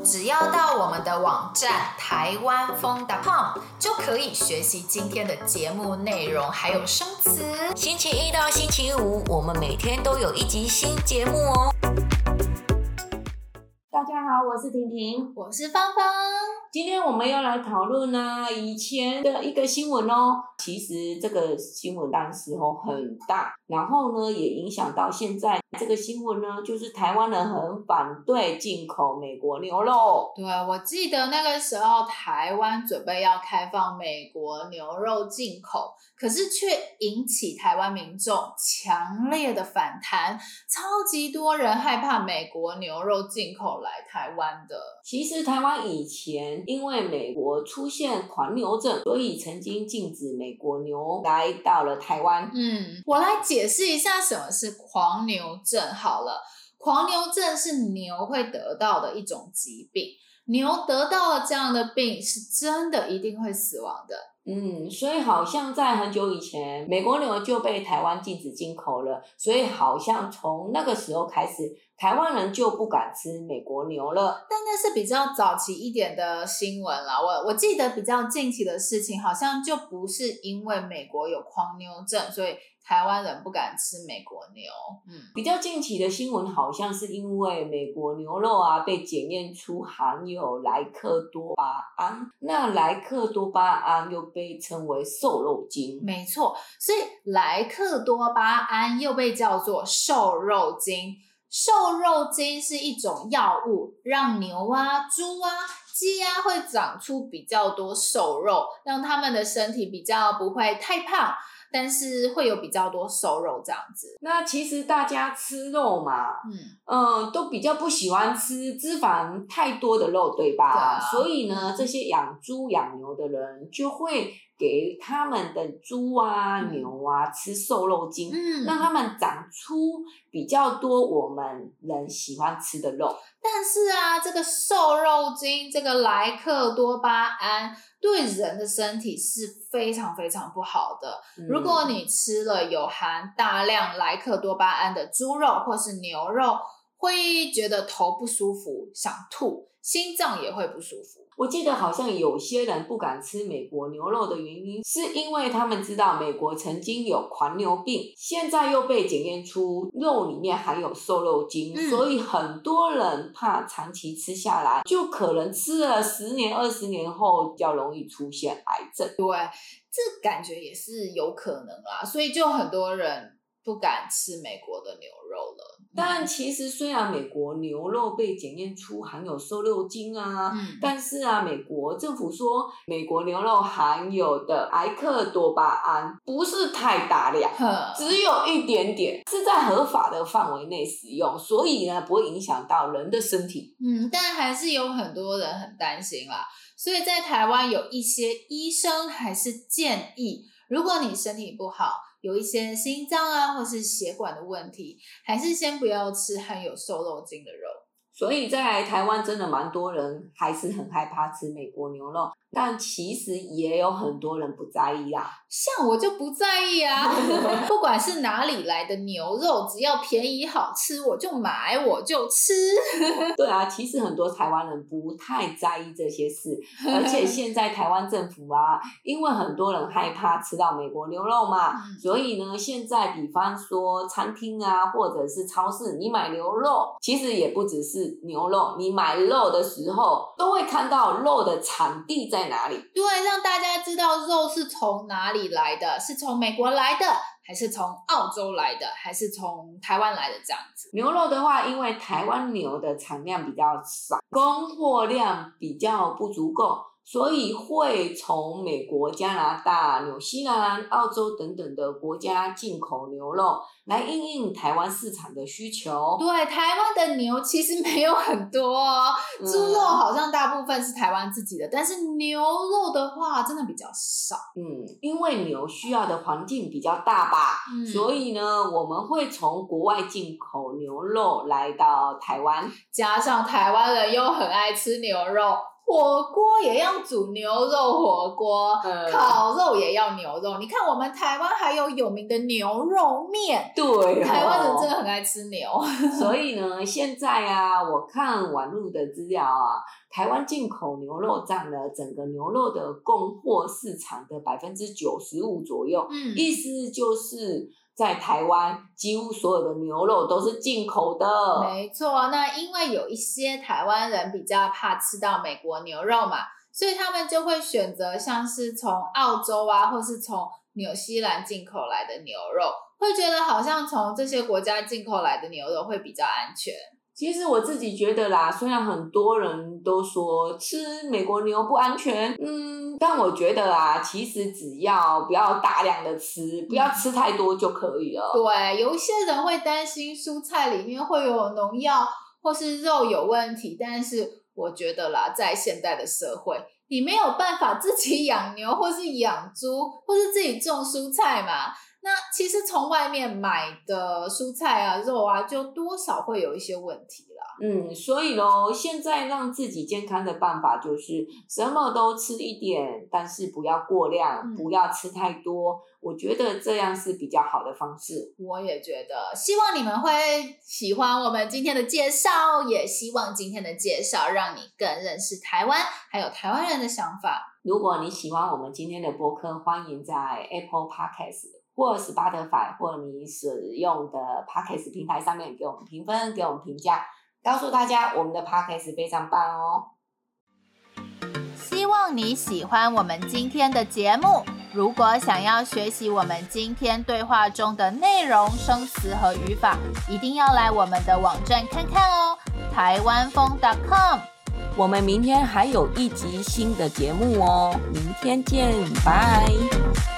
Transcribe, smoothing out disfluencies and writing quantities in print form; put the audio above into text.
只要到我们的网站台湾风 .com 就可以学习今天的节目内容，还有生词。 星期一到星期五，我们每天都有一集新节目哦。 大家好，我是婷婷， 我是芳芳。 今天我们要来讨论以前的一个新闻哦。其实这个新闻当时很大，然后呢也影响到现在。这个新闻呢，就是台湾人很反对进口美国牛肉。 对，我记得那个时候台湾准备要开放美国牛肉进口，可是却引起台湾民众强烈的反弹，超级多人害怕美国牛肉进口来台湾的。 其实台湾以前因为美国出现狂牛症，所以曾经禁止美国牛来到了台湾。 我来解释一下什么是狂牛症好了。狂牛症是牛会得到的一种疾病，牛得到了这样的病是真的一定会死亡的。 所以好像在很久以前，美国牛就被台湾禁止进口了，所以好像从那个时候开始，台湾人就不敢吃美国牛了。 但那是比较早期一点的新闻啦，我记得比较近期的事情，好像就不是因为美国有狂牛症，所以台湾人不敢吃美国牛。 比较近期的新闻好像是因为美国牛肉被检验出含有莱克多巴胺，那莱克多巴胺又被称为瘦肉精。 没错，所以莱克多巴胺又被叫做瘦肉精。瘦肉精是一种药物，让牛猪鸡会长出比较多瘦肉，让他们的身体比较不会太胖，但是会有比较多瘦肉这样子。 那其实大家吃肉嘛，都比较不喜欢吃脂肪太多的肉，对吧？ 对啊。 所以呢，这些养猪养牛的人就会给他们的猪牛吃瘦肉精，让他们长出比较多我们人喜欢吃的肉。 但是这个瘦肉精，这个莱克多巴胺对人的身体是非常非常不好的。如果你吃了有含大量莱克多巴胺的猪肉或是牛肉，会觉得头不舒服，想吐，心脏也会不舒服。 我记得好像有些人不敢吃美国牛肉的原因，是因为他们知道美国曾经有狂牛病，现在又被检验出肉里面含有瘦肉精，所以很多人怕长期吃下来，就可能吃了10年、20年后比较容易出现癌症。 对，这感觉也是有可能啦，所以就很多人不敢吃美国的牛肉了。 但其实虽然美国牛肉被检验出含有瘦肉精但是美国政府说美国牛肉含有的莱克多巴胺不是太大量，只有一点点，是在合法的范围内使用，所以呢不会影响到人的身体。 但还是有很多人很担心啦，所以在台湾有一些医生还是建议，如果你身体不好，有一些心脏或是血管的问题，还是先不要吃含有瘦肉精的肉。 所以在台湾真的蛮多人还是很害怕吃美国牛肉，但其实也有很多人不在意啦。 像我就不在意不管是哪里来的牛肉，只要便宜好吃，我就买我就吃。 对其实很多台湾人不太在意这些事，而且现在台湾政府因为很多人害怕吃到美国牛肉嘛，所以呢现在比方说餐厅或者是超市，你买牛肉其实也不只是牛肉，你买肉的时候都会看到肉的产地在哪里。 对，让大家知道肉是从哪里来的，是从美国来的，还是从澳洲来的，还是从台湾来的这样子。 牛肉的话，因为台湾牛的产量比较少，供货量比较不足够，所以会从美国、加拿大、纽西兰、澳洲等等的国家进口牛肉，来因应台湾市场的需求。 对，台湾的牛其实没有很多猪肉好像大部分是台湾自己的，但是牛肉的话真的比较少。 因为牛需要的环境比较大吧，所以呢我们会从国外进口牛肉来到台湾， 加上台湾人又很爱吃牛肉， 火锅也要煮牛肉火锅，烤肉也要牛肉。你看我们台湾还有名的牛肉面， 对台湾人真的很爱吃牛。 所以呢，现在啊，我看网络的资料啊，台湾进口牛肉占了整个牛肉的供货市场的95%左右，意思就是在台湾几乎所有的牛肉都是进口的。 没错，那因为有一些台湾人比较怕吃到美国牛肉嘛，所以他们就会选择像是从澳洲啊，或是从纽西兰进口来的牛肉，会觉得好像从这些国家进口来的牛肉会比较安全。 其实我自己觉得啦，虽然很多人都说吃美国牛不安全，但我觉得啦，其实只要不要大量的吃，不要吃太多就可以了。 对，有一些人会担心蔬菜里面会有农药或是肉有问题，但是我觉得啦，在现代的社会，你没有办法自己养牛或是养猪或是自己种蔬菜嘛，那其实从外面买的蔬菜啊肉啊就多少会有一些问题啦。 所以咯，现在让自己健康的办法就是什么都吃一点，但是不要过量，不要吃太多，我觉得这样是比较好的方式。 我也觉得，希望你们会喜欢我们今天的介绍，也希望今天的介绍让你更认识台湾还有台湾人的想法。 如果你喜欢我们今天的播客，欢迎在 Apple Podcast 或 Spotify 或你使用的 Podcast 平台上面给我们评分，给我们评价，告诉大家我们的 Podcast 非常棒哦。 希望你喜欢我们今天的节目，如果想要学习我们今天对话中的内容、生词和语法，一定要来我们的网站看看哦，台湾风.com。 我们明天还有一集新的节目哦，明天见，拜。